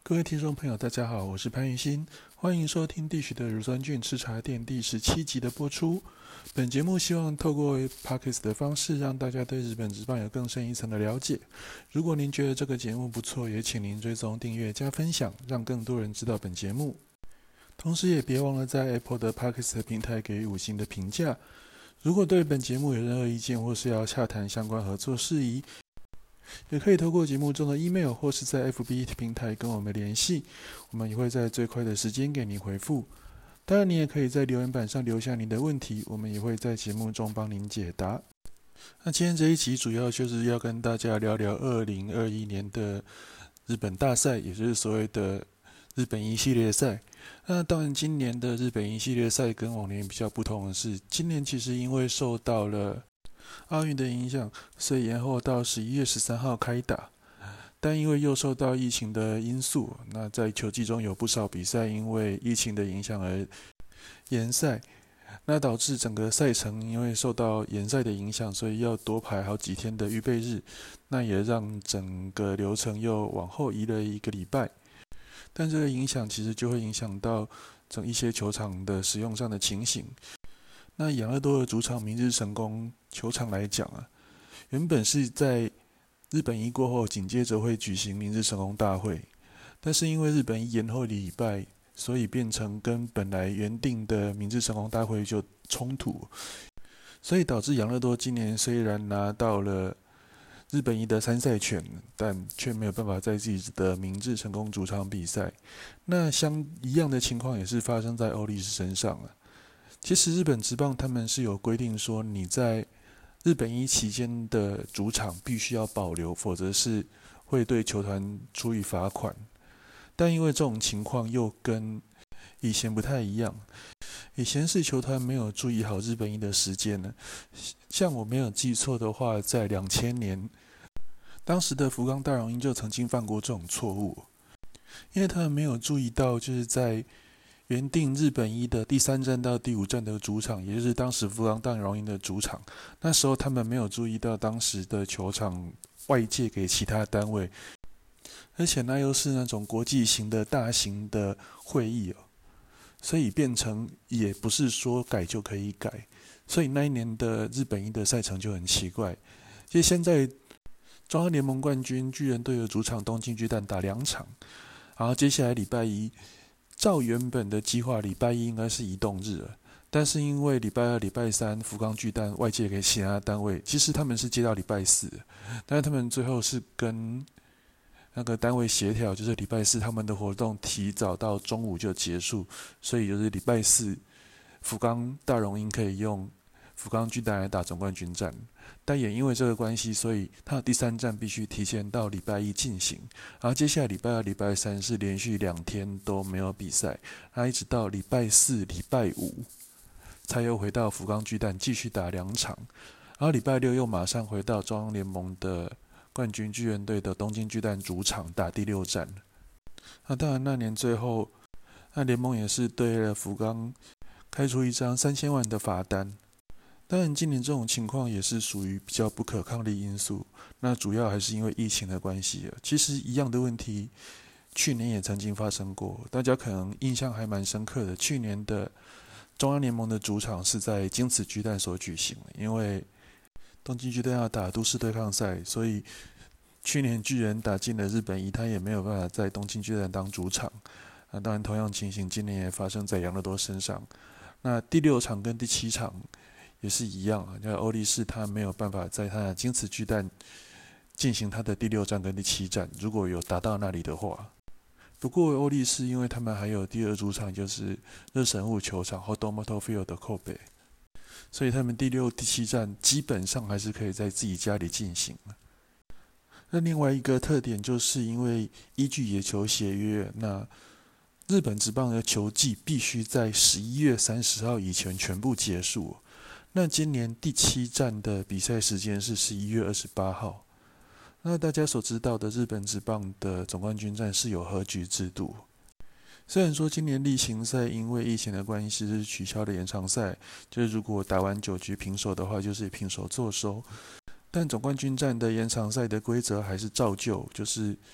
各位听众朋友，大家好，我是潘玉新，欢迎收听地许的乳酸菌吃茶店第17集的播出。本节目希望透过 Podcast 的方式，让大家对日本职棒有更深一层的了解。如果您觉得这个节目不错，也请您追踪、订阅、加分享，让更多人知道本节目。同时也别忘了在 Apple 的 Podcast 平台给予5星的评价。如果对本节目有任何意见，或是要洽谈相关合作事宜，也可以透过节目中的 email 或是在 FB 平台跟我们联系，我们也会在最快的时间给您回复。当然，你也可以在留言板上留下您的问题，我们也会在节目中帮您解答。那今天这一集主要就是要跟大家聊聊2021年的日本大赛，也就是所谓的日本一系列赛。那当然，今年的日本一系列赛跟往年比较不同的是，今年其实因为受到了奥运的影响，所以延后到11月13号开打。但因为又受到疫情的因素，那在球季中有不少比赛因为疫情的影响而延赛，那导致整个赛程因为受到延赛的影响，所以要多排好几天的预备日，那也让整个流程又往后移了1个礼拜。但这个影响其实就会影响到一些球场的使用上的情形。那养乐多的主场明治神宫球场来讲原本是在日本一过后紧接着会举行明治神宫大会，但是因为日本一延后1礼拜，所以变成跟本来原定的明治神宫大会就冲突，所以导致养乐多今年虽然拿到了日本一的参赛权，但却没有办法在自己的明治神宫主场比赛。那一样的情况也是发生在欧力士身上其实日本职棒他们是有规定说，你在日本一期间的主场必须要保留，否则是会对球团处以罚款。但因为这种情况又跟以前不太一样，以前是球团没有注意好日本一的时间像我没有记错的话，在2000年，当时的福冈大荣鹰就曾经犯过这种错误，因为他们没有注意到，就是在原定日本一的第3站到第5站的主场，也就是当时福冈大荣鹰的主场，那时候他们没有注意到当时的球场外借给其他单位，而且那又是那种国际型的大型的会议所以变成也不是说改就可以改，所以那一年的日本一的赛程就很奇怪。其实现在中央联盟冠军巨人队的主场东京巨蛋打2场，然后接下来礼拜一，照原本的计划，礼拜一应该是移动日了，但是因为礼拜2、礼拜3福冈巨蛋外借给其他单位，其实他们是接到礼拜4，但是他们最后是跟那个单位协调，就是礼拜4他们的活动提早到中午就结束，所以就是礼拜4福冈大荣鹰可以用福冈巨蛋来打总冠军战。但也因为这个关系，所以他的第3站必须提前到礼拜1进行，然后接下来礼拜2、礼拜3是连续2天都没有比赛，然后一直到礼拜4、礼拜5才又回到福冈巨蛋继续打2场，然后礼拜6又马上回到中央联盟的冠军巨人队的东京巨蛋主场打第6战。那当然那年最后，那联盟也是对了福冈开出一张3000万的罚单。当然今年这种情况也是属于比较不可抗力因素，那主要还是因为疫情的关系其实一样的问题去年也曾经发生过，大家可能印象还蛮深刻的。去年的中央联盟的主场是在京瓷巨蛋所举行的，因为东京巨蛋要打都市对抗赛，所以去年巨人打进了日本一，他也没有办法在东京巨蛋当主场。当然同样情形今年也发生在养乐多身上。那第6场跟第7场也是一样欧力士他没有办法在他的京瓷巨蛋进行他的第6站跟第7站，如果有达到那里的话。不过欧力士因为他们还有第2主场，就是热神户球场或 Domoto Field 的扣北，所以他们第6、第7站基本上还是可以在自己家里进行。那另外一个特点就是因为依据野球协约，那日本职棒的球季必须在11月30号以前全部结束。那今年第7站的比赛时间是11月28号。那大家所知道的日本职棒的总冠军战是有和局制度。虽然说今年例行赛因为疫情的关系是取消的延长赛，就是如果打完9局平手的话，就是平手作收。但总冠军战的延长赛的规则还是照旧，就是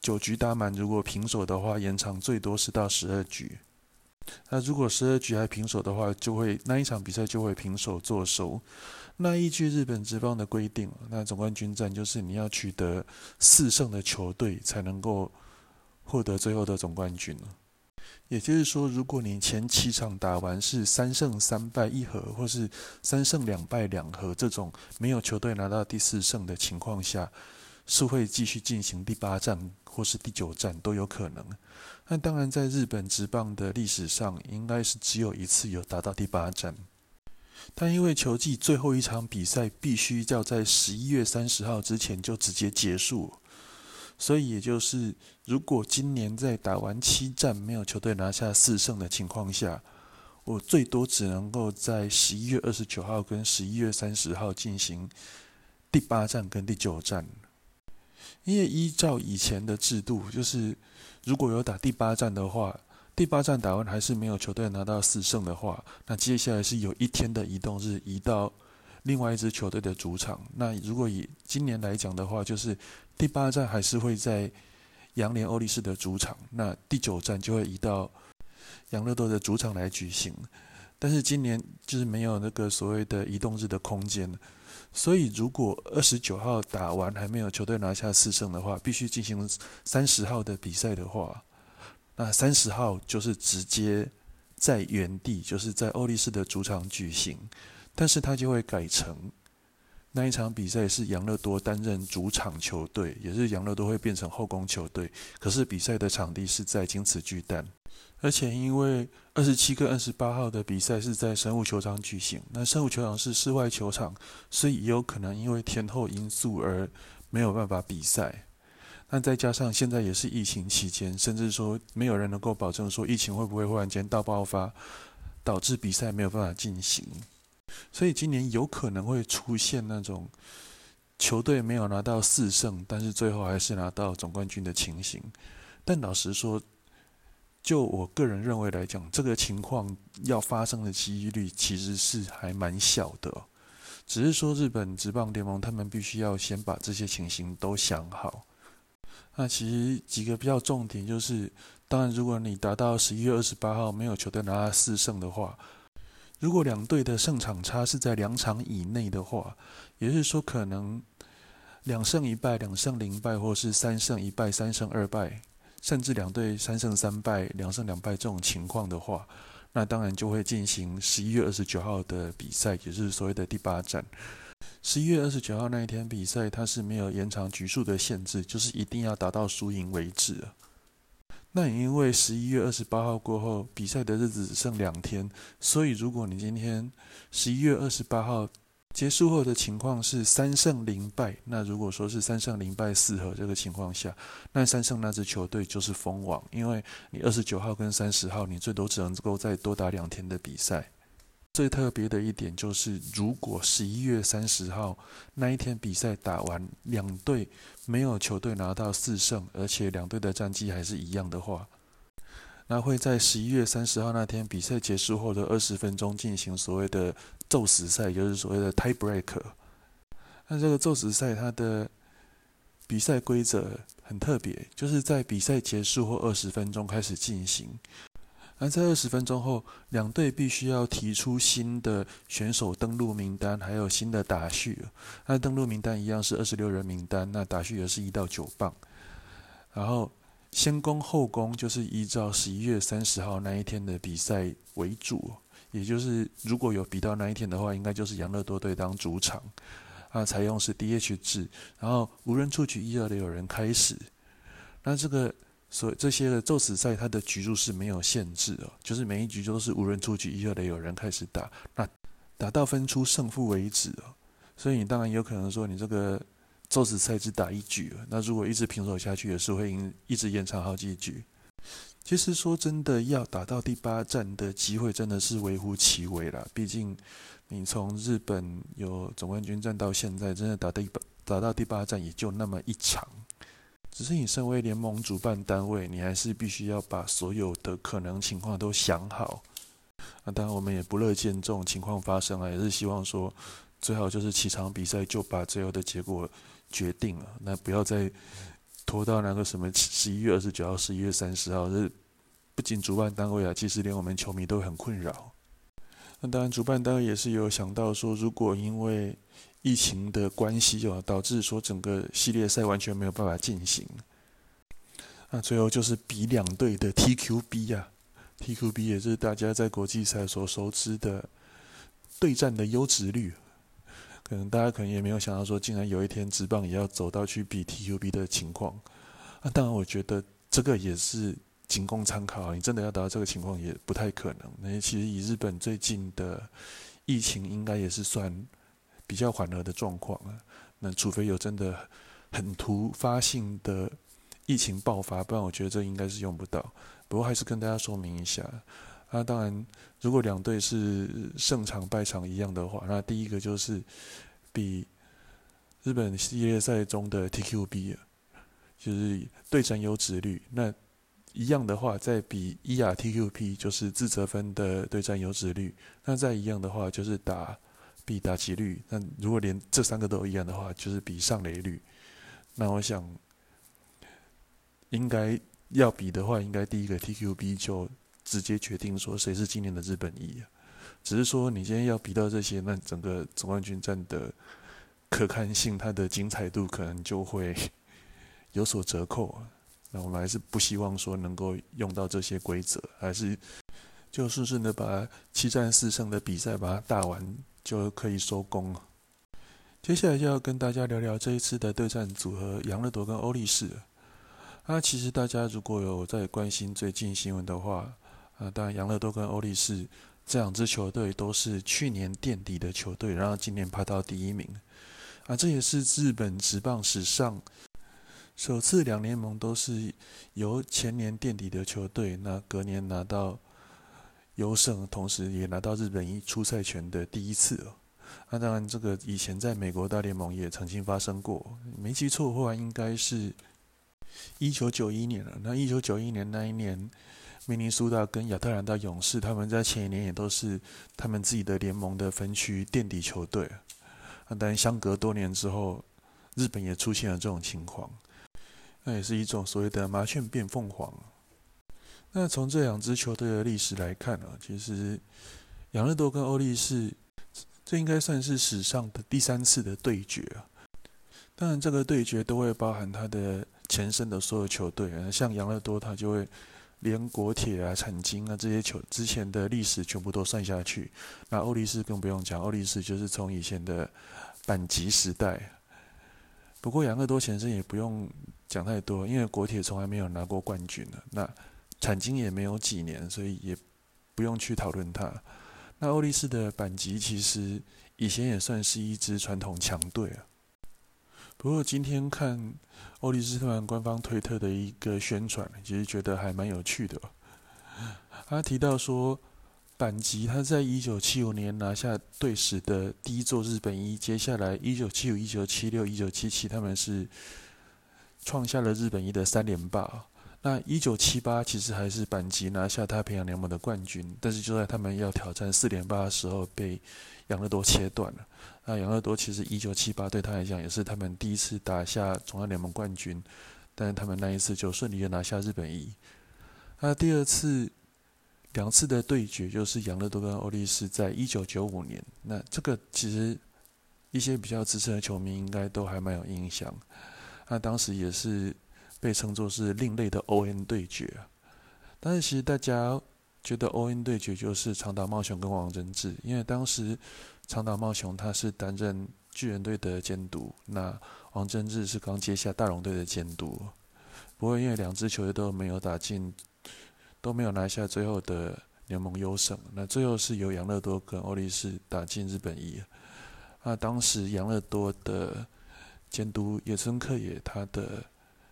9局打满，如果平手的话，延长最多是到12局。那如果12局还平手的话，那一场比赛就会平手作收。那依据日本职棒的规定，那总冠军战就是你要取得4胜的球队才能够获得最后的总冠军。也就是说，如果你前7场打完是3胜3败1和，或是3胜2败2和这种没有球队拿到第4胜的情况下，是会继续进行第8战或是第9战都有可能。那当然，在日本职棒的历史上，应该是只有一次有达到第8战。但因为球季最后一场比赛必须要在11月30号之前就直接结束，所以也就是如果今年在打完7战没有球队拿下4胜的情况下，我最多只能够在11月29号跟11月30号进行第8战跟第9战。因为依照以前的制度，就是如果有打第8战的话，第8战打完还是没有球队拿到4胜的话，那接下来是有1天的移动日移到另外一支球队的主场。那如果以今年来讲的话，就是第8战还是会在洋联欧力士的主场，那第9战就会移到养乐多的主场来举行。但是今年就是没有那个所谓的移动日的空间，所以如果29号打完还没有球队拿下4胜的话，必须进行30号的比赛的话，那30号就是直接在原地，就是在欧力士的主场举行，但是它就会改成那一场比赛是养乐多担任主场球队，也是养乐多会变成后宫球队，可是比赛的场地是在金瓷巨蛋。而且因为27跟28号的比赛是在神户球场举行，那神户球场是室外球场，所以也有可能因为天候因素而没有办法比赛。那再加上现在也是疫情期间，甚至说没有人能够保证说疫情会不会忽然间大爆发，导致比赛没有办法进行。所以今年有可能会出现那种球队没有拿到4胜，但是最后还是拿到总冠军的情形。但老实说，就我个人认为来讲，这个情况要发生的几率其实是还蛮小的。只是说日本职棒联盟他们必须要先把这些情形都想好。那其实几个比较重点就是，当然如果你达到11月28号没有球队拿到4胜的话，如果两队的胜场差是在2场以内的话，也就是说可能2胜1败、2胜0败，或是3胜1败、3胜2败，甚至两队3胜3败、2胜2败这种情况的话，那当然就会进行11月29号的比赛，也就是所谓的第8战。11月29号那一天比赛，它是没有延长局数的限制，就是一定要打到输赢为止。那也因为11月28号过后，比赛的日子只剩2天，所以如果你今天11月28号结束后的情况是3胜0败，那如果说是3胜0败4和这个情况下，那3胜那支球队就是封王，因为你29号跟30号你最多只能够再多打2天的比赛。最特别的一点就是，如果11月30号那一天比赛打完，两队没有球队拿到4胜，而且两队的战绩还是一样的话，那会在11月30号那天比赛结束后的20分钟进行所谓的宙死赛，也就是所谓的 tie break。那这个宙死赛它的比赛规则很特别，就是在比赛结束后20分钟开始进行。而在20分钟后，两队必须要提出新的选手登录名单，还有新的打序。那登录名单一样是26人名单，那打序也是1到9棒。然后先攻后攻就是依照11月30号那一天的比赛为主，也就是如果有比到那一天的话，应该就是养乐多队当主场。采用是 DH 制，然后无人出局1、2垒有人开始。那这些的宙死赛，它的局数是没有限制的，就是每一局都是无人出局1、2垒有人开始打，那打到分出胜负为止。所以你当然有可能说你这个宙死赛只打1局，那如果一直平手下去，也是会一直延长好几局。其实说真的，要打到第8战的机会真的是微乎其微啦，毕竟你从日本有总冠军战到现在，真的打到第8战也就那么1场。只是你身为联盟主办单位，你还是必须要把所有的可能情况都想好。当然我们也不乐见这种情况发生，也是希望说最好就是7场比赛就把最后的结果决定了，那不要再拖到那个什么11月29号、11月30号，这不仅主办单位啊，其实连我们球迷都很困扰。那当然，主办单位也是有想到说，如果因为疫情的关系导致说整个系列赛完全没有办法进行，那最后就是比两队的 TQB 啊，TQB 也是大家在国际赛所熟知的对战的优质率。可能大家可能也没有想到说，竟然有一天职棒也要走到去比 TQB 的情况。当然，我觉得这个也是仅供参考，你真的要达到这个情况也不太可能。那其实以日本最近的疫情，应该也是算比较缓和的状况了。那除非有真的很突发性的疫情爆发，不然我觉得这应该是用不到。不过还是跟大家说明一下。当然，如果两队是胜场败场一样的话，那第一个就是比日本系列赛中的 TQB， 就是对战优质率。那一样的话，再比 ERTQP， 就是自责分的对战优质率。那再一样的话，就是比打击率。那如果连这三个都一样的话，就是比上垒率。那我想，应该要比的话，应该第一个 TQB 就直接决定说谁是今年的日本一。只是说你今天要比到这些，那整个总冠军战的可看性、它的精彩度可能就会有所折扣。那我们还是不希望说能够用到这些规则，还是就顺顺的把7战4胜的比赛把它打完就可以收工。接下来就要跟大家聊聊这一次的对战组合养乐多跟欧力士。其实大家如果有在关心最近新闻的话，当然养乐多跟欧力士这两支球队都是去年垫底的球队，然后今年爬到第1名。这也是日本职棒史上首次两联盟都是由前年垫底的球队，那隔年拿到优胜，同时也拿到日本一出赛权的第一次。当然这个以前在美国大联盟也曾经发生过，没记错的话应该是1991年了。那1991年那一年，明尼苏达跟亚特兰大勇士他们在前一年也都是他们自己的联盟的分区垫底球队。但相隔多年之后，日本也出现了这种情况，那也是一种所谓的麻雀变凤凰。那从这两支球队的历史来看其实养乐多跟欧力士这应该算是史上的第3次的对决。当然这个对决都会包含它的前身的所有球队，像养乐多他就会连国铁产经这些球之前的历史全部都算下去。那欧力士更不用讲，欧力士就是从以前的阪急时代。不过养乐多前身也不用讲太多，因为国铁从来没有拿过冠军了，那产经也没有几年，所以也不用去讨论它。那欧力士的阪急其实以前也算是一支传统强队。不过今天看欧力士团官方推特的一个宣传，其实觉得还蛮有趣的。他提到说，阪急他在1975年拿下队史的第一座日本一，接下来1975、1976、1977他们是创下了日本一的3连霸。那1978其实还是阪急拿下太平洋联盟的冠军，但是就在他们要挑战4连霸的时候，被养乐多切断了。那养乐多其实1978对他来讲也是他们第一次打下中央联盟冠军，但是他们那一次就顺利的拿下日本一。那第二次2次的对决就是养乐多跟欧力士在1995年，那这个其实一些比较资深的球迷应该都还蛮有印象。那当时也是被称作是另类的 ON 对决。但是其实大家觉得 ON 对决就是长岛茂雄跟王贞治，因为当时长岛茂雄他是担任巨人队的监督，那王贞治是刚接下大龙队的监督。不过因为2支球队都没有拿下最后的联盟优胜，那最后是由养乐多跟欧力士打进日本一。那当时养乐多的监督野村克也，他的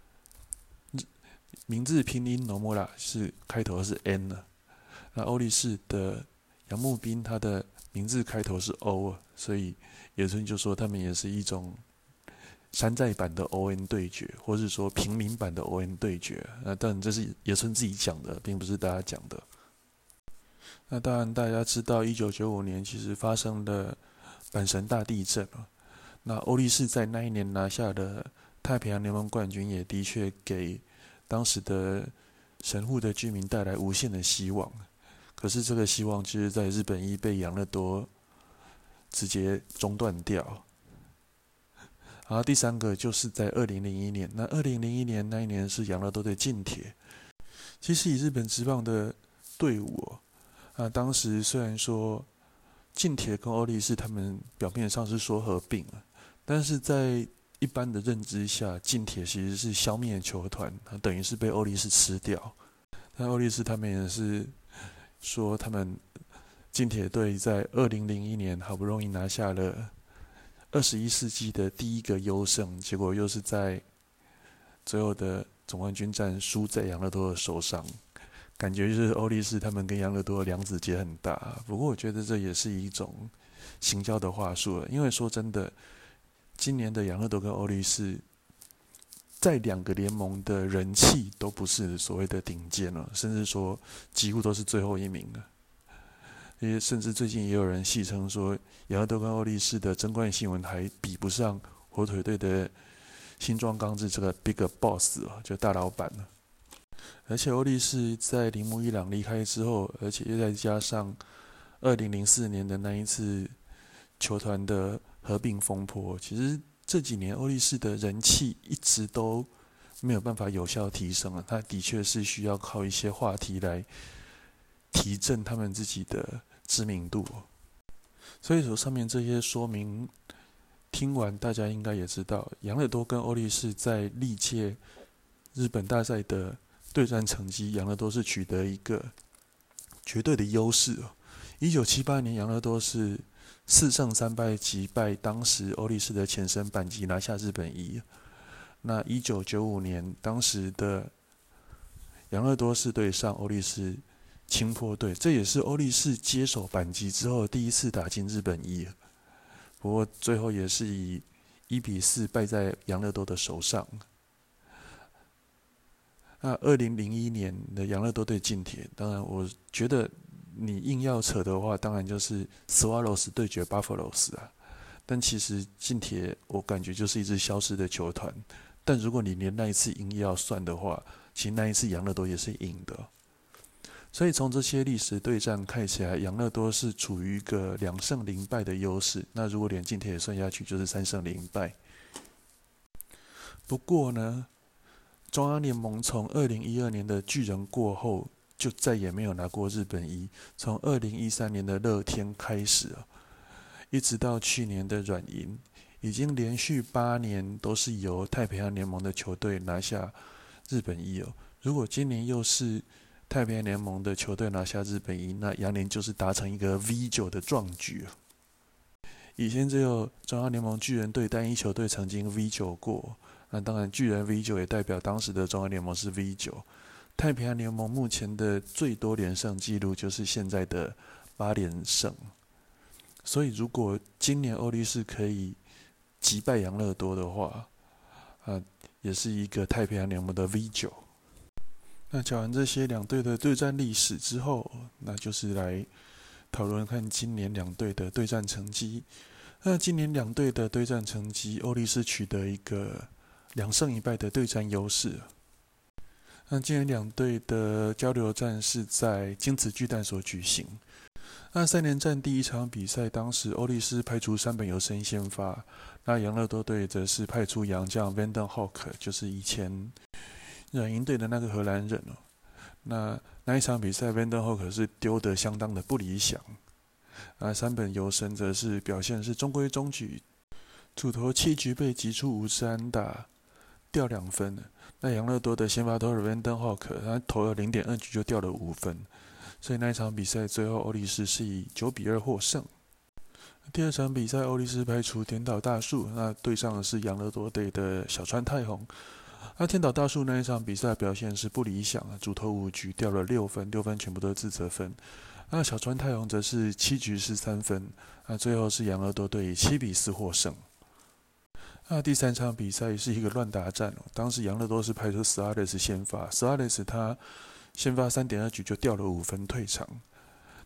名字拼音 Nomura 是开头是 N 的。那欧力士的杨木斌他的名字开头是 O， 所以野村就说他们也是一种山寨版的 ON 对决，或是说平民版的 ON 对决。那当然这是野村自己讲的，并不是大家讲的。那当然大家知道1995年其实发生了阪神大地震。那欧力士在那一年拿下了太平洋联盟冠军也的确给当时的神户的居民带来无限的希望。可是这个希望就是在日本一被养乐多直接中断掉。然后第三个就是在2001年，那2001年那一年是养乐多对近铁。其实以日本职棒的队伍当时虽然说近铁跟欧力士他们表面上是说合并了，但是在一般的认知下，近铁其实是消灭球团，等于是被欧力士吃掉。但欧力士他们也是说，他们近铁队在2001年好不容易拿下了21世纪的第一个优胜，结果又是在最后的总冠军战输在养乐多的手上，感觉就是欧力士他们跟养乐多的梁子结很大。不过我觉得这也是一种行销的话术了，因为说真的，今年的养乐多跟欧力士在两个联盟的人气都不是所谓的顶尖了，甚至说几乎都是最后一名了。因为甚至最近也有人戏称说，养乐多跟欧力士的争冠新闻还比不上火腿队的新庄刚志这个 Big Boss 就大老板了。而且欧力士在铃木一朗离开之后，而且又再加上2004年的那一次球团的合并风波，其实这几年欧力士的人气一直都没有办法有效提升了。他的确是需要靠一些话题来提振他们自己的知名度。所以说上面这些说明听完，大家应该也知道，养乐多跟欧力士在历届日本大赛的对战成绩，养乐多是取得一个绝对的优势。1978年，养乐多是4胜3败击败当时欧力士的前身阪急，拿下日本一。那1995年，当时的养乐多是对上欧力士青坡队，这也是欧力士接手阪急之后第一次打进日本一。不过最后也是以1-4败在养乐多的手上。那2001年的养乐多对近铁，当然我觉得你硬要扯的话，当然就是 Swallows 对决 Buffaloes 啊。但其实近铁我感觉就是一支消失的球团。但如果你连那一次赢也要算的话，其实那一次养乐多也是赢的。所以从这些历史对战看起来，养乐多是处于一个2胜0败的优势。那如果连近铁也算下去，就是3胜0败。不过呢，中央联盟从2012年的巨人过后，就再也没有拿过日本一。从2013年的乐天开始一直到去年的软银，已经连续8年都是由太平洋联盟的球队拿下日本一。如果今年又是太平洋联盟的球队拿下日本一，那洋联就是达成一个 V9 的壮举。以前只有中央联盟巨人队单一球队曾经 V9 过，那当然巨人 V9 也代表当时的中央联盟是 V9。太平洋联盟目前的最多连胜纪录就是现在的8连胜。所以如果今年欧力士可以击败养乐多的话，也是一个太平洋联盟的 V9。那讲完这些两队的对战历史之后，那就是来讨论看今年两队的对战成绩。那今年两队的对战成绩，欧力士取得一个2胜1败的对战优势。那今年两队的交流战是在京瓷巨蛋所举行。那3连战第一场比赛，当时欧力士派出山本由伸先发，那养乐多队则是派出洋将 Vanden Hok， 就是以前软银队的那个荷兰人那一场比赛 Vanden Hok 是丢得相当的不理想。山本由伸则是表现是中规中矩，主投7局被击出5次安打，掉2分。那养乐多的先发投手 Vanden Hok 他投了 0.2 局就掉了5分，所以那一场比赛最后欧力士是以9-2获胜。第二场比赛欧力士派出田岛大树，那对上的是养乐多队的小川泰弘。田岛大树那一场比赛表现是不理想，主投5局掉了6分，6分全部都是自责分。那小川泰弘则是7局13分，最后是养乐多队以7-4获胜。第三场比赛是一个乱打战，当时养乐多是派出 Suarez 先发， Suarez 他先发3.2局就掉了5分退场。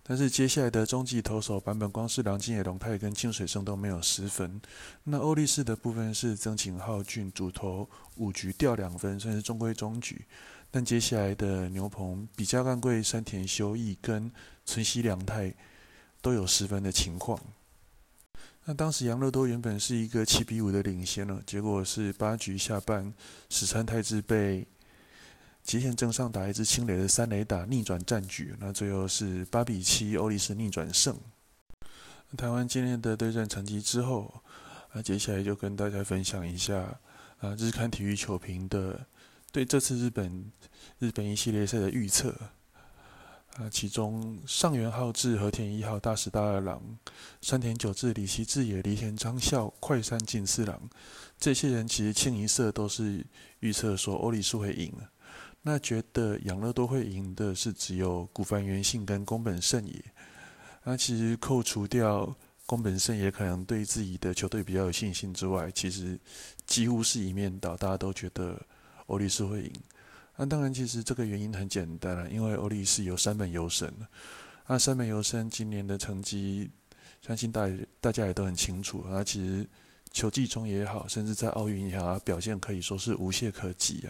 但是接下来的中继投手版本光是梁金野龙太跟清水胜都没有10分。那欧力士的部分是曾井浩俊主投5局掉2分，算是中规中矩。但接下来的牛棚比嘉干贵、山田修义跟村西良太都有10分的情况。那当时养乐多原本是一个7-5的领先了，结果是8局下半石川泰治被吉田正尚打一支清垒的3垒打逆转战局，那最后是8-7，欧力士逆转胜。台湾今天的对战成绩之后，接下来就跟大家分享一下日刊体育球评的对这次日本一系列赛的预测。其中上原浩治、和田一号、大石大二郎、山田久志、里崎智也、梨田章孝、快山进四郎，这些人其实清一色都是预测说欧力士会赢。那觉得养乐多会赢的是只有古凡元信跟宫本胜也。那其实扣除掉宫本胜也可能对自己的球队比较有信心之外，其实几乎是一面倒，大家都觉得欧力士会赢。那当然，其实这个原因很简单了，因为欧力士有山本由伸。那山本由伸今年的成绩，相信大家也都很清楚。其实球季中也好，甚至在奥运也好，表现可以说是无懈可击啊。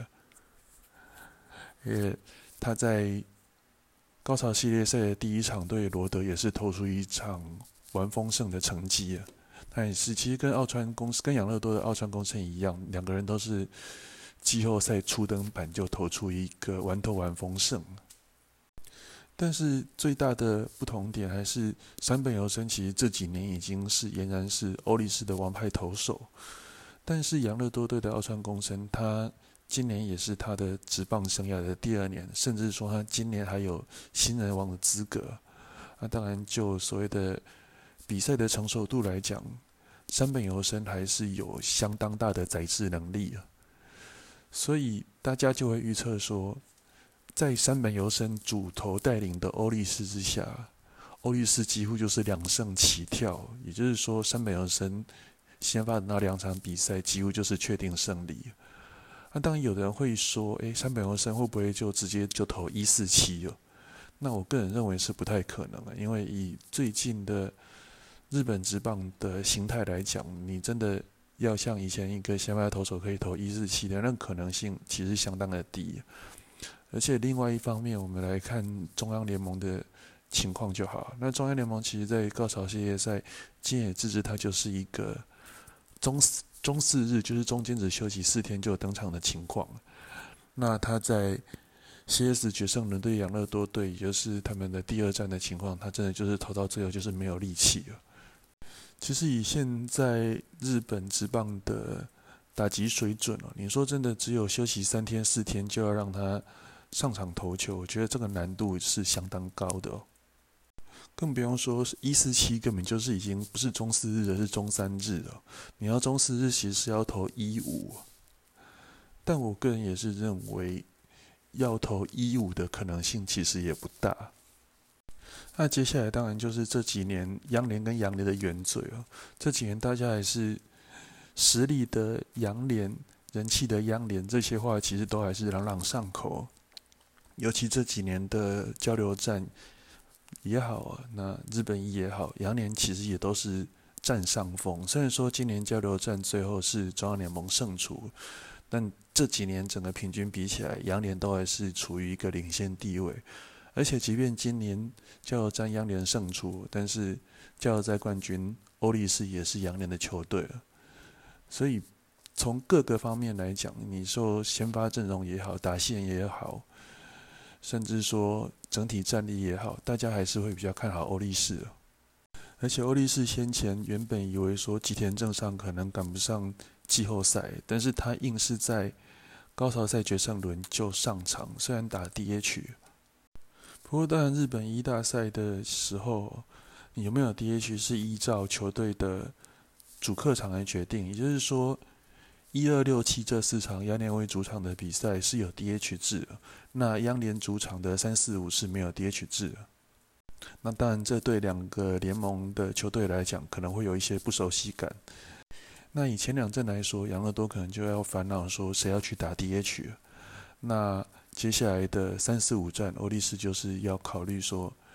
他在高潮系列赛的第一场对罗德也是投出一场完封胜的成绩啊。他也是其实跟养乐多的奥川公生一样，两个人都是季后赛初登板就投出一个完投完封胜。但是最大的不同点还是山本由伸，其实这几年已经俨然是欧力士的王牌投手。但是养乐多队的奥川公生，他今年也是他的职棒生涯的第2年，甚至说他今年还有新人王的资格。当然就所谓的比赛的成熟度来讲，山本由伸还是有相当大的载制能力啊。所以大家就会预测说，在山本由伸主投带领的欧力士之下，欧力士几乎就是2胜起跳，也就是说山本由伸先发的那2场比赛几乎就是确定胜利。当然有人会说，山本由伸会不会就直接就投147了？那我个人认为是不太可能的，因为以最近的日本职棒的形态来讲，你真的要像以前一个先发投手可以投147的那可能性其实相当的低。而且另外一方面，我们来看中央联盟的情况就好。那中央联盟其实在高潮系列赛今野智之，它就是一个中4日，就是中间只休息4天就有登场的情况。那他在 CS 决胜轮对养乐多队，也就是他们的第2战的情况，他真的就是投到最后就是没有力气了。其实以现在日本职棒的打击水准，你说真的只有休息3天4天就要让他上场投球，我觉得这个难度是相当高的。更不用说147根本就是已经不是中4日的是中3日了。你要中4日其实是要投15，但我个人也是认为要投15的可能性其实也不大。那接下来当然就是这几年央联跟洋联的原罪了。这几年大家还是实力的洋联、人气的央联，这些话其实都还是朗朗上口。尤其这几年的交流战也好，那日本一也好，洋联其实也都是占上风。虽然说今年交流战最后是中央联盟胜出，但这几年整个平均比起来，洋联都还是处于一个领先地位。而且即便今年交流战洋联胜出，但是交流赛冠军欧力士也是洋联的球队了。所以从各个方面来讲，你说先发阵容也好，打线也好，甚至说整体战力也好，大家还是会比较看好欧力士。而且欧力士先前原本以为说吉田正尚可能赶不上季后赛，但是他硬是在高潮赛决胜轮就上场，虽然打 DH。不过当然日本一大赛的时候，你有没有 DH 是依照球队的主客场来决定，也就是说1、2、6、7这4场央联为主场的比赛是有 DH 制的，那央联主场的3、4、5是没有 DH 制的。那当然这对2个联盟的球队来讲可能会有一些不熟悉感。那以前2阵来说，养乐多可能就要烦恼说谁要去打 DH 了。那接下来的3、4、5战，欧力士就是要考虑说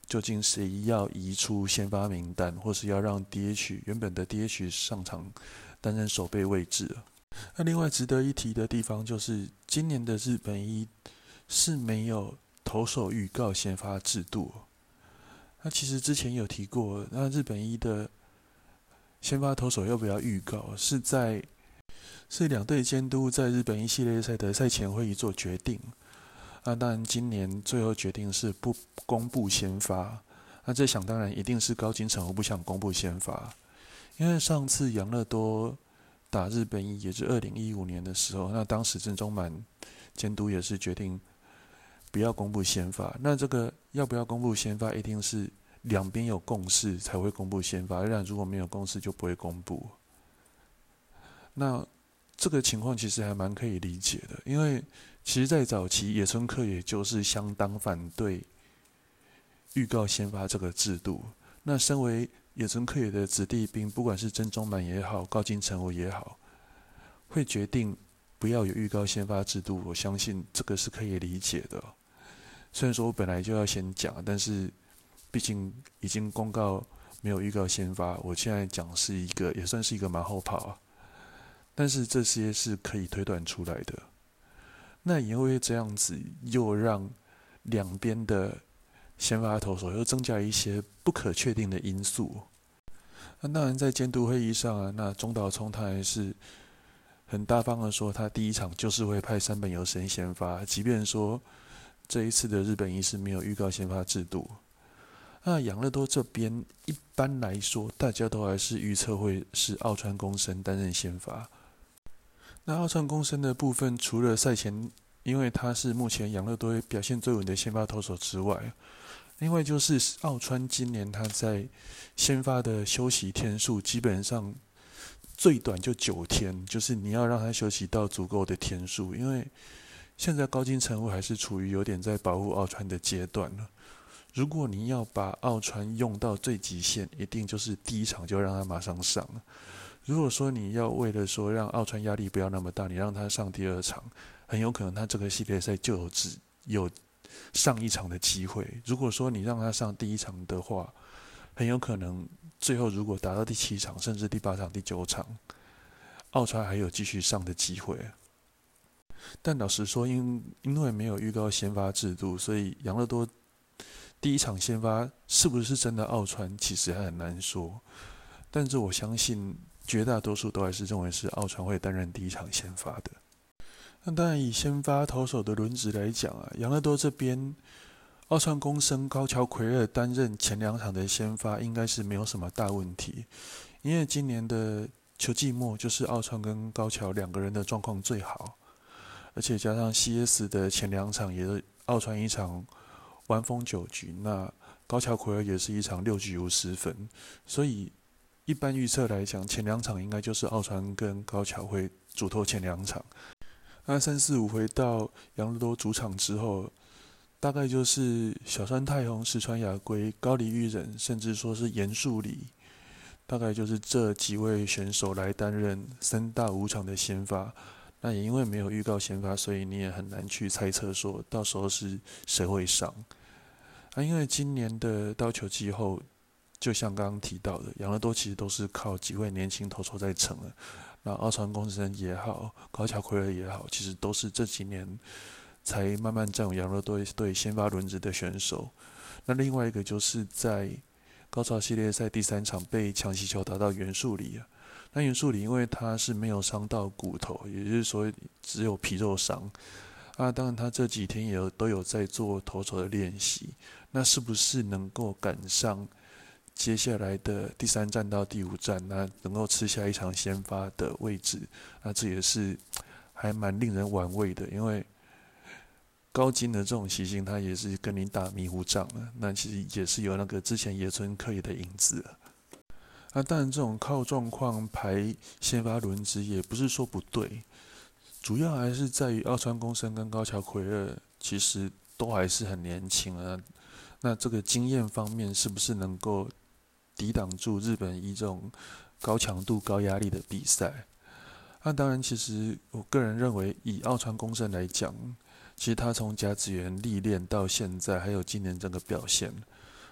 究竟谁要移出先发名单，或是要让 原本的 DH 上场担任守备位置了。那另外值得一提的地方就是，今年的日本一是没有投手预告先发制度。那其实之前有提过，那日本一的先发投手要不要预告，是两队监督在日本一系列赛的赛前会议做决定。那当然，今年最后决定是不公布先发。那这想当然一定是高津臣吾不想公布先发，因为上次养乐多打日本一也是2015年的时候，那当时郑中满监督也是决定不要公布先发。那这个要不要公布先发，一定是两边有共识才会公布先发，不然如果没有共识就不会公布。那这个情况其实还蛮可以理解的，因为其实在早期野村克也就是相当反对预告先发这个制度。那身为野村克也的子弟兵，不管是真中满也好，高津臣吾也好，会决定不要有预告先发制度，我相信这个是可以理解的。虽然说我本来就要先讲，但是毕竟已经公告没有预告先发，我现在讲也算是一个马后炮啊。但是这些是可以推断出来的。那也因为这样子，又让两边的先发投手又增加一些不可确定的因素。那当然，在监督会议上啊，那中岛聪他还是很大方的说，他第一场就是会派山本由伸先发，即便说这一次的日本一是没有预告先发制度。那养乐多这边一般来说，大家都还是预测会是奥川公生担任先发。那奥川公生的部分，除了赛前，因为他是目前养乐多表现最稳的先发投手之外，另外就是奥川今年他在先发的休息天数基本上最短就9天，就是你要让他休息到足够的天数，因为现在高津臣吾还是处于有点在保护奥川的阶段了。如果你要把奥川用到最极限，一定就是第一场就让他马上上。如果说你要为了说让奥川压力不要那么大，你让他上第二场，很有可能他这个系列赛就有上一场的机会。如果说你让他上第一场的话，很有可能最后如果打到第7场，甚至第8场、第9场，奥川还有继续上的机会。但老实说，因为没有预告先发制度，所以养乐多第一场先发是不是真的奥川，其实还很难说。但是我相信绝大多数都还是认为是奥川会担任第一场先发的。那当然，以先发投手的轮值来讲啊，养乐多这边奥川公生、高桥奎二担任前2场的先发，应该是没有什么大问题。因为今年的球季末，就是奥川跟高桥两个人的状况最好，而且加上 CS 的前2场也是奥川1场完封9局，那高桥奎二也是1场6局50分，所以一般预测来讲，前2场应该就是奥川跟高桥会主投前2场。那3、4、5回到养乐多主场之后，大概就是小川泰弘、石川雅圭、高梨裕忍，甚至说是岩树里，大概就是这几位选手来担任3大5场的先发。那也因为没有预告先发，所以你也很难去猜测说到时候是谁会上。因为今年的到球季后，就像刚刚提到的，养乐多其实都是靠几位年轻投手在撑的。那奥川公生也好，高桥奎二也好，其实都是这几年才慢慢占有养乐多队先发轮值的选手。那另外一个就是在高潮系列赛第3场被强袭球打到袁树里啊。那袁树里因为他是没有伤到骨头，也就是说只有皮肉伤啊。当然他这几天都有在做投手的练习，那是不是能够赶上接下来的第3站到第5站，那能够吃下一场先发的位置，那这也是还蛮令人玩味的。因为高津的这种习性，他也是跟你打迷糊仗了，那其实也是有那个之前野村克也的影子了。那当然，这种靠状况排先发轮值也不是说不对，主要还是在于奥川公生跟高桥奎二其实都还是很年轻啊。那这个经验方面是不是能够抵挡住日本一这种高强度、高压力的比赛？那当然，其实我个人认为，以奥川公生来讲，其实他从甲子园历练到现在，还有今年这个表现，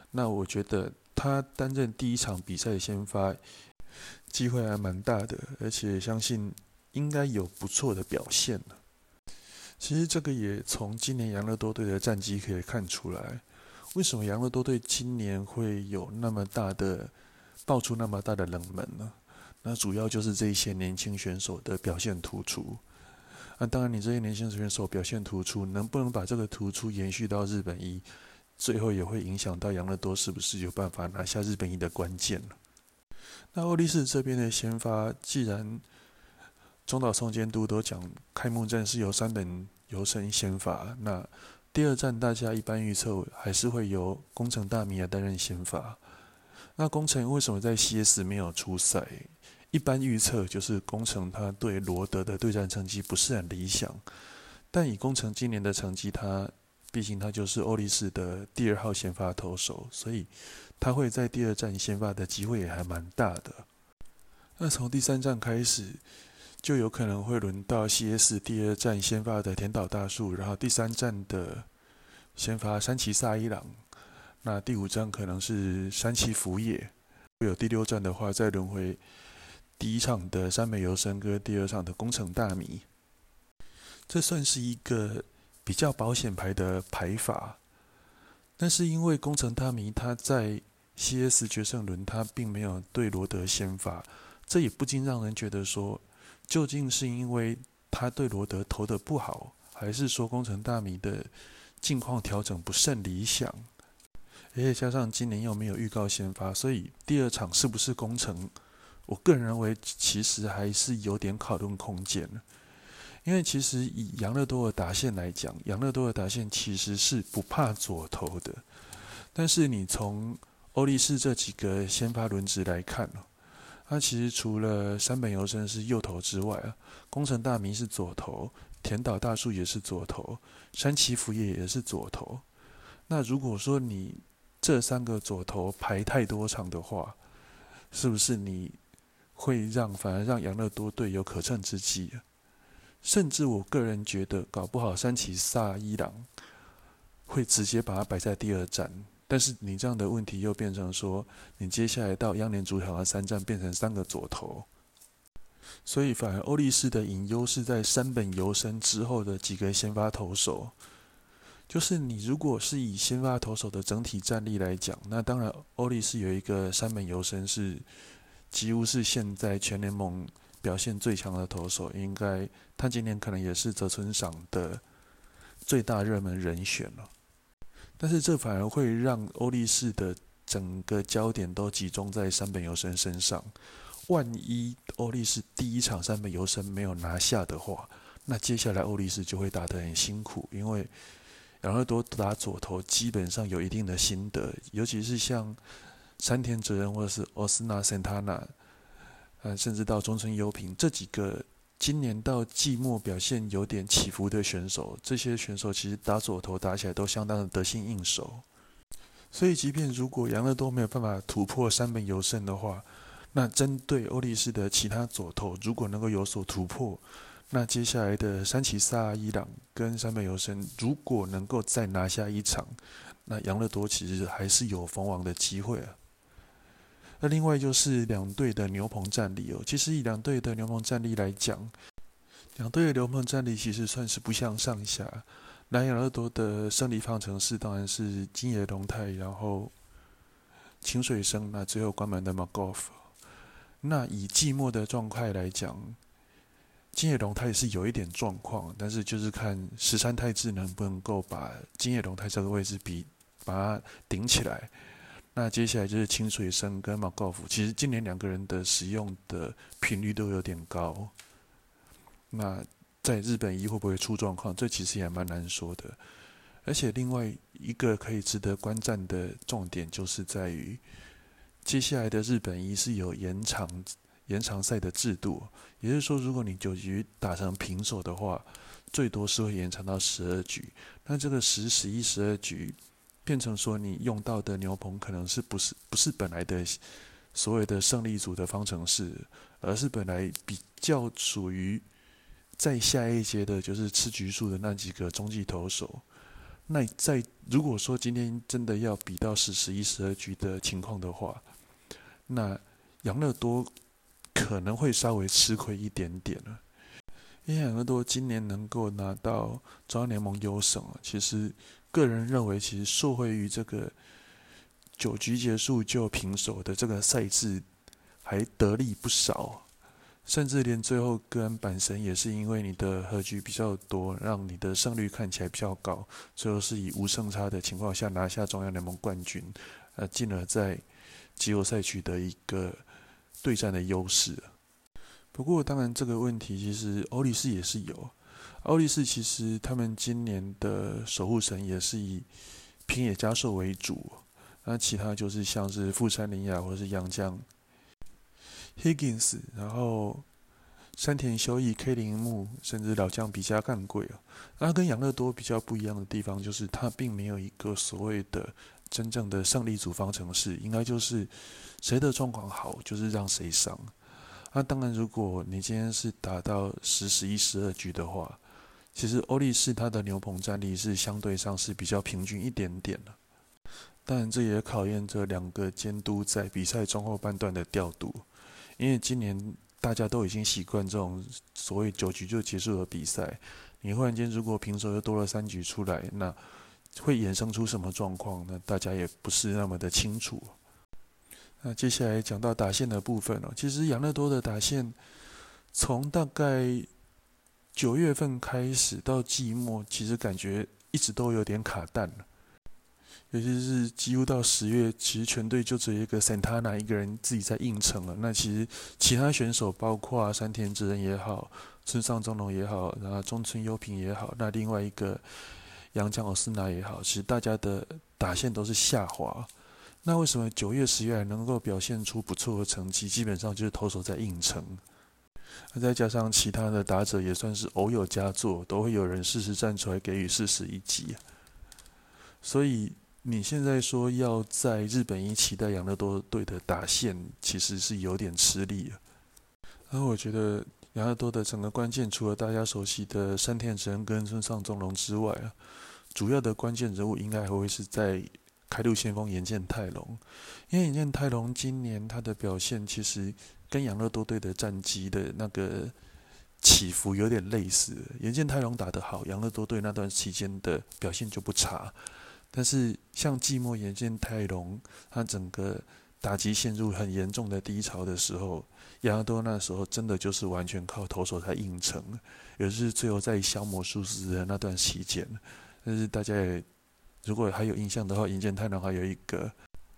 那我觉得他担任第一场比赛先发机会还蛮大的，而且相信应该有不错的表现。其实这个也从今年养乐多队的战绩可以看出来，为什么养乐多队今年会有爆出那么大的冷门呢？那主要就是这一些年轻选手的表现突出。当然，你这些年轻选手表现突出，能不能把这个突出延续到日本一，最后也会影响到养乐多是不是有办法拿下日本一的关键。那欧力士这边的先发，既然中岛松监督都讲开幕战是由山本由伸先发，那第二战大家一般预测还是会由宫城大弥来担任先发。那宫城为什么在 CS 没有出赛？一般预测就是宫城他对罗德的对战成绩不是很理想，但以宫城今年的成绩，毕竟他就是欧力士的第2号先发投手，所以他会在第二战先发的机会也还蛮大的。那从第3战开始，就有可能会轮到 CS 第2战先发的田岛大树，然后第3战的先发山崎萨一郎。那第5站可能是山崎福也，有第6站的话再轮回第1场的山本由伸跟第2场的宫城大弥。这算是一个比较保险牌的排法，但是因为宫城大弥他在 CS 决胜轮他并没有对罗德先发，这也不禁让人觉得说，究竟是因为他对罗德投的不好，还是说宫城大弥的近况调整不甚理想？而且加上今年又没有预告先发，所以第2场是不是宫城，我个人认为其实还是有点讨论空间。因为其实以养乐多的打线来讲，养乐多的打线其实是不怕左投的，但是你从欧力士这几个先发轮值来看，他其实除了山本由伸是右投之外，宫城大弥是左投，田岛大树也是左投，山崎福也也是左投。那如果说你这3个左投排太多场的话，是不是你会反而让养乐多队有可乘之机？甚至我个人觉得，搞不好山崎萨一郎会直接把它摆在第2站。但是你这样的问题又变成说，你接下来到央联主场的3站变成3个左投，所以反而欧力士的隐忧是在山本由伸之后的几个先发投手。就是你如果是以先发投手的整体战力来讲，那当然欧力士有一个山本由伸是几乎是现在全联盟表现最强的投手，应该他今年可能也是泽村赏的最大热门人选了。但是这反而会让欧力士的整个焦点都集中在山本由伸身上。万一欧力士第1场山本由伸没有拿下的话，那接下来欧力士就会打得很辛苦，因为养乐多打左投基本上有一定的心得，尤其是像山田哲人或者是奥斯纳森塔纳，甚至到中村优平这几个今年到季末表现有点起伏的选手，这些选手其实打左投打起来都相当的得心应手。所以即便如果养乐多没有办法突破山本由伸的话，那针对欧力士的其他左投如果能够有所突破，那接下来的山崎萨一郎跟山本由伸如果能够再拿下1场，那养乐多其实还是有封王的机会啊。那另外就是两队的牛棚战力其实以两队的牛棚战力来讲，两队的牛棚战力其实算是不相上下。那养乐多的胜利方程式当然是金野龙太，然后清水生，那最后关门的 McGough。那以季末的状态来讲，金野龙太是有一点状况，但是就是看石山泰治能不能够把金野龙太这个位置把它顶起来。那接下来就是清水生跟马高夫，其实今年2个人的使用的频率都有点高。那在日本一会不会出状况，这其实也蛮难说的。而且另外一个可以值得观战的重点，就是在于接下来的日本一是有延长赛的制度，也就是说，如果你9局打成平手的话，最多是会延长到12局。那这个10、11、12局变成说你用到的牛棚可能是不是本来的所谓的胜利组的方程式，而是本来比较属于在下一阶的就是吃局数的那几个中继投手。 那如果说今天真的要比到10、11、12局的情况的话，那养乐多可能会稍微吃亏一点点了。因为养乐多今年能够拿到中央联盟优胜其实个人认为，其实受惠于这个9局结束就平手的这个赛制，还得利不少。甚至连最后个人阪神也是因为你的和局比较多，让你的胜率看起来比较高，最后是以无胜差的情况下拿下中央联盟冠军，进而在季后赛取得一个对战的优势。不过当然这个问题其实欧力士也是有，欧力士其实他们今年的守护神也是以平野加寿为主，那其他就是像是富山绫雅或是洋将Higgins， 然后山田修义、K 铃木，甚至老将比嘉干贵那跟养乐多比较不一样的地方，就是它并没有一个所谓的真正的胜利组方程式，应该就是谁的状况好，就是让谁上。那当然，如果你今天是打到10、11、12局的话，其实欧力士它的牛棚战力是相对上是比较平均一点点的。当然，这也考验着两个监督在比赛中后半段的调度。因为今年大家都已经习惯这种所谓9局就结束的比赛，你忽然间如果平手又多了3局出来，那会衍生出什么状况呢？大家也不是那么的清楚。那接下来讲到打线的部分其实养乐多的打线从大概9月份开始到季末，其实感觉一直都有点卡蛋了。尤其是几乎到10月，其实全队就只有一个 Santana 一个人自己在硬撑了。那其实其他选手，包括山田智人也好，村上宗隆也好，然后中村优平也好，那另外一个洋将奥斯纳也好，其实大家的打线都是下滑。那为什么9月、10月还能够表现出不错的成绩？基本上就是投手在硬撑。那再加上其他的打者也算是偶有佳作，都会有人适时站出来给予适时一击。所以你现在说要在日本一期待养乐多队的打线，其实是有点吃力了。然后我觉得养乐多的整个关键，除了大家熟悉的山田哲人跟村上宗隆之外主要的关键人物应该还会是在开路先锋岩见太郎。因为岩见太郎今年他的表现其实跟养乐多队的战绩的那个起伏有点类似。岩见太郎打得好，养乐多队那段期间的表现就不差。但是像季末岩见太郎，他整个打击陷入很严重的低潮的时候，养乐多那时候真的就是完全靠投手在硬撑，也是最后在消磨数字的那段期间。但是大家也如果还有印象的话，岩见太郎还有一个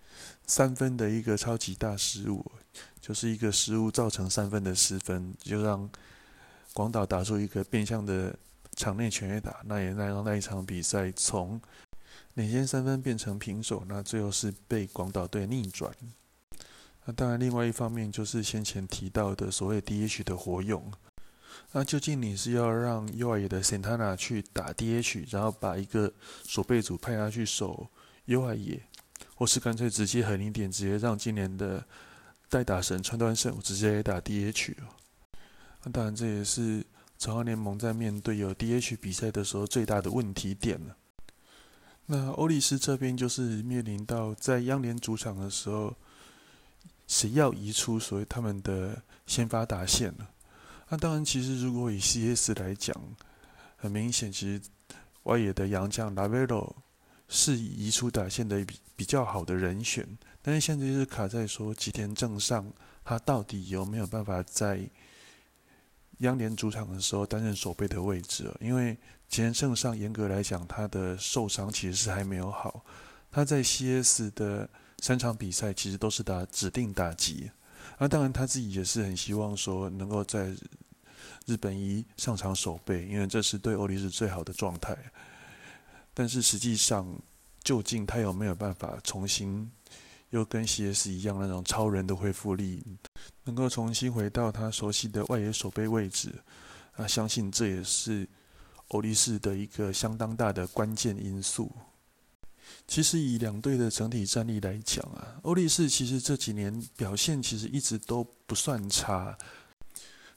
3分的一个超级大失误，就是一个失误造成3分的失分，就让广岛打出一个变相的场内全垒打，那也让那一场比赛从领先3分变成平手，那最后是被广岛队逆转。那当然，另外一方面就是先前提到的所谓 DH 的活用。那究竟你是要让右外野的 Santana 去打 DH， 然后把一个守备组派他去守右外野，或是干脆直接狠一点，直接让今年的代打神川端胜直接打 DH 那当然，这也是中央联盟在面对有 DH 比赛的时候最大的问题点了。那欧力士这边就是面临到在央联主场的时候，谁要移出所谓他们的先发打线了？那当然，其实如果以 CS 来讲，很明显，其实外野的洋将 Lavero 是移出打线的比较好的人选，但是现在就是卡在说吉田正尚他到底有没有办法在央联主场的时候担任守备的位置因为吉田正尚严格来讲，他的受伤其实是还没有好，他在 CS 的3场比赛其实都是打指定打击。那当然他自己也是很希望说能够在日本一上场守备，因为这是对欧力士最好的状态。但是实际上，究竟他有没有办法重新又跟 CS 一样那种超人的恢复力，能够重新回到他熟悉的外野守备位置相信这也是欧力士的一个相当大的关键因素。其实以两队的整体战力来讲欧力士其实这几年表现其实一直都不算差，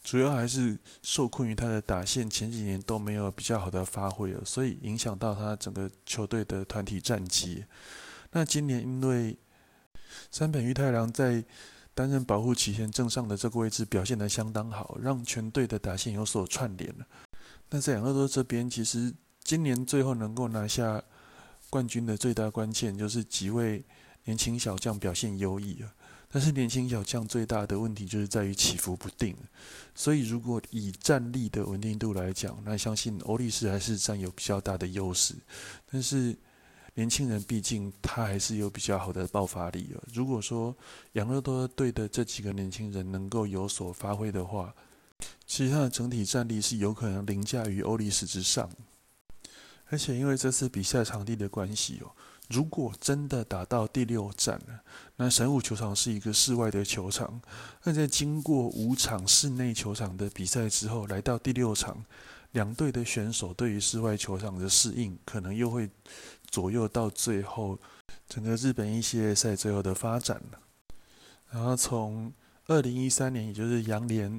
主要还是受困于他的打线前几年都没有比较好的发挥了，所以影响到他整个球队的团体战绩。那今年因为山本裕太郎在担任保护期前正上的这个位置表现得相当好，让全队的打线有所串联了。那在养乐多这边，其实今年最后能够拿下冠军的最大关键就是几位年轻小将表现优异了。但是年轻小将最大的问题就是在于起伏不定，所以如果以战力的稳定度来讲，那相信欧力士还是占有比较大的优势。但是年轻人毕竟他还是有比较好的爆发力了。如果说养乐多队的这几个年轻人能够有所发挥的话，其实他的整体战力是有可能凌驾于欧力士之上。而且因为这次比赛场地的关系如果真的打到第6战了，那神户球场是一个室外的球场，那在经过5场室内球场的比赛之后，来到第6场，两队的选手对于室外球场的适应，可能又会左右到最后整个日本一系列赛最后的发展了。然后从2013年，也就是洋联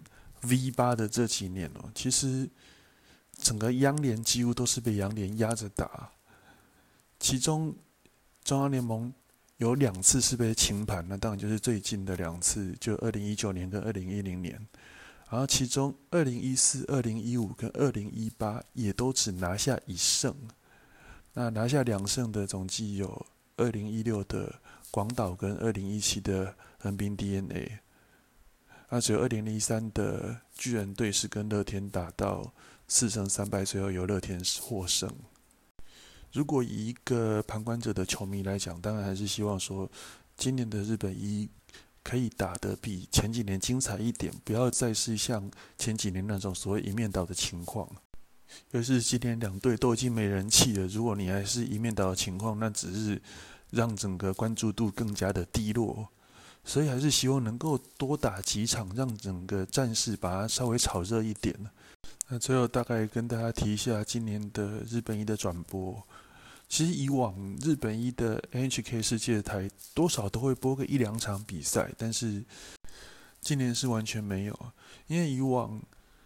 V8 的这几年其实整个央联几乎都是被洋联压着打，其中中央联盟有2次是被清盘，那当然就是最近的2次，就2019年跟2010年。然后其中2014、2015跟2018也都只拿下1胜，那拿下2胜的总计有2016的广岛跟2017的横滨 DNA， 只有2003的巨人队是跟乐天打到4胜3败，最后由乐天获胜。如果以一个旁观者的球迷来讲，当然还是希望说今年的日本一可以打得比前几年精彩一点，不要再是像前几年那种所谓一面倒的情况。尤其是今年两队都已经没人气了，如果你还是一面倒的情况，那只是让整个关注度更加的低落。所以还是希望能够多打几场，让整个战事把它稍微炒热一点。那最后大概跟大家提一下今年的日本一的转播。其实以往日本一的 NHK 世界台多少都会播个1-2场比赛，但是今年是完全没有，因为以往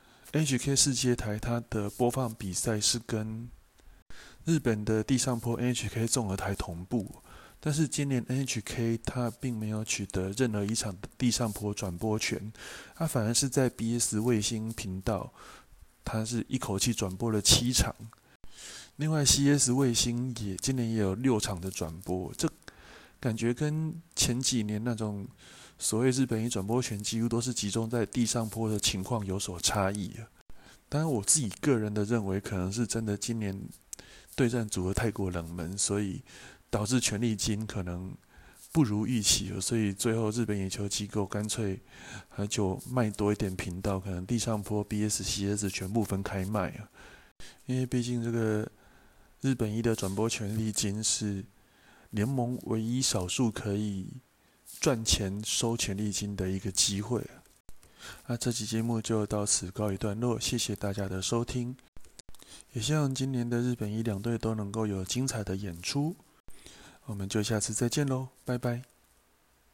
NHK 世界台它的播放比赛是跟日本的地上波 NHK 综合台同步，但是今年 NHK 它并没有取得任何一场的地上波转播权，它反而是在 BS 卫星频道，它是一口气转播了7场。另外 CS 卫星今年也有6场的转播，这感觉跟前几年那种所谓日本一转播权几乎都是集中在地上波的情况有所差异。当然我自己个人的认为，可能是真的今年对战组合太过冷门，所以导致权利金可能不如预期了，所以最后日本野球机构干脆就卖多一点频道，可能地上波 BS、CS 全部分开卖啊，因为毕竟这个日本一的转播权利金是联盟唯一少数可以赚钱收权利金的一个机会。那这期节目就到此告一段落，谢谢大家的收听，也希望今年的日本一两队都能够有精彩的演出，我们就下次再见喽，拜拜。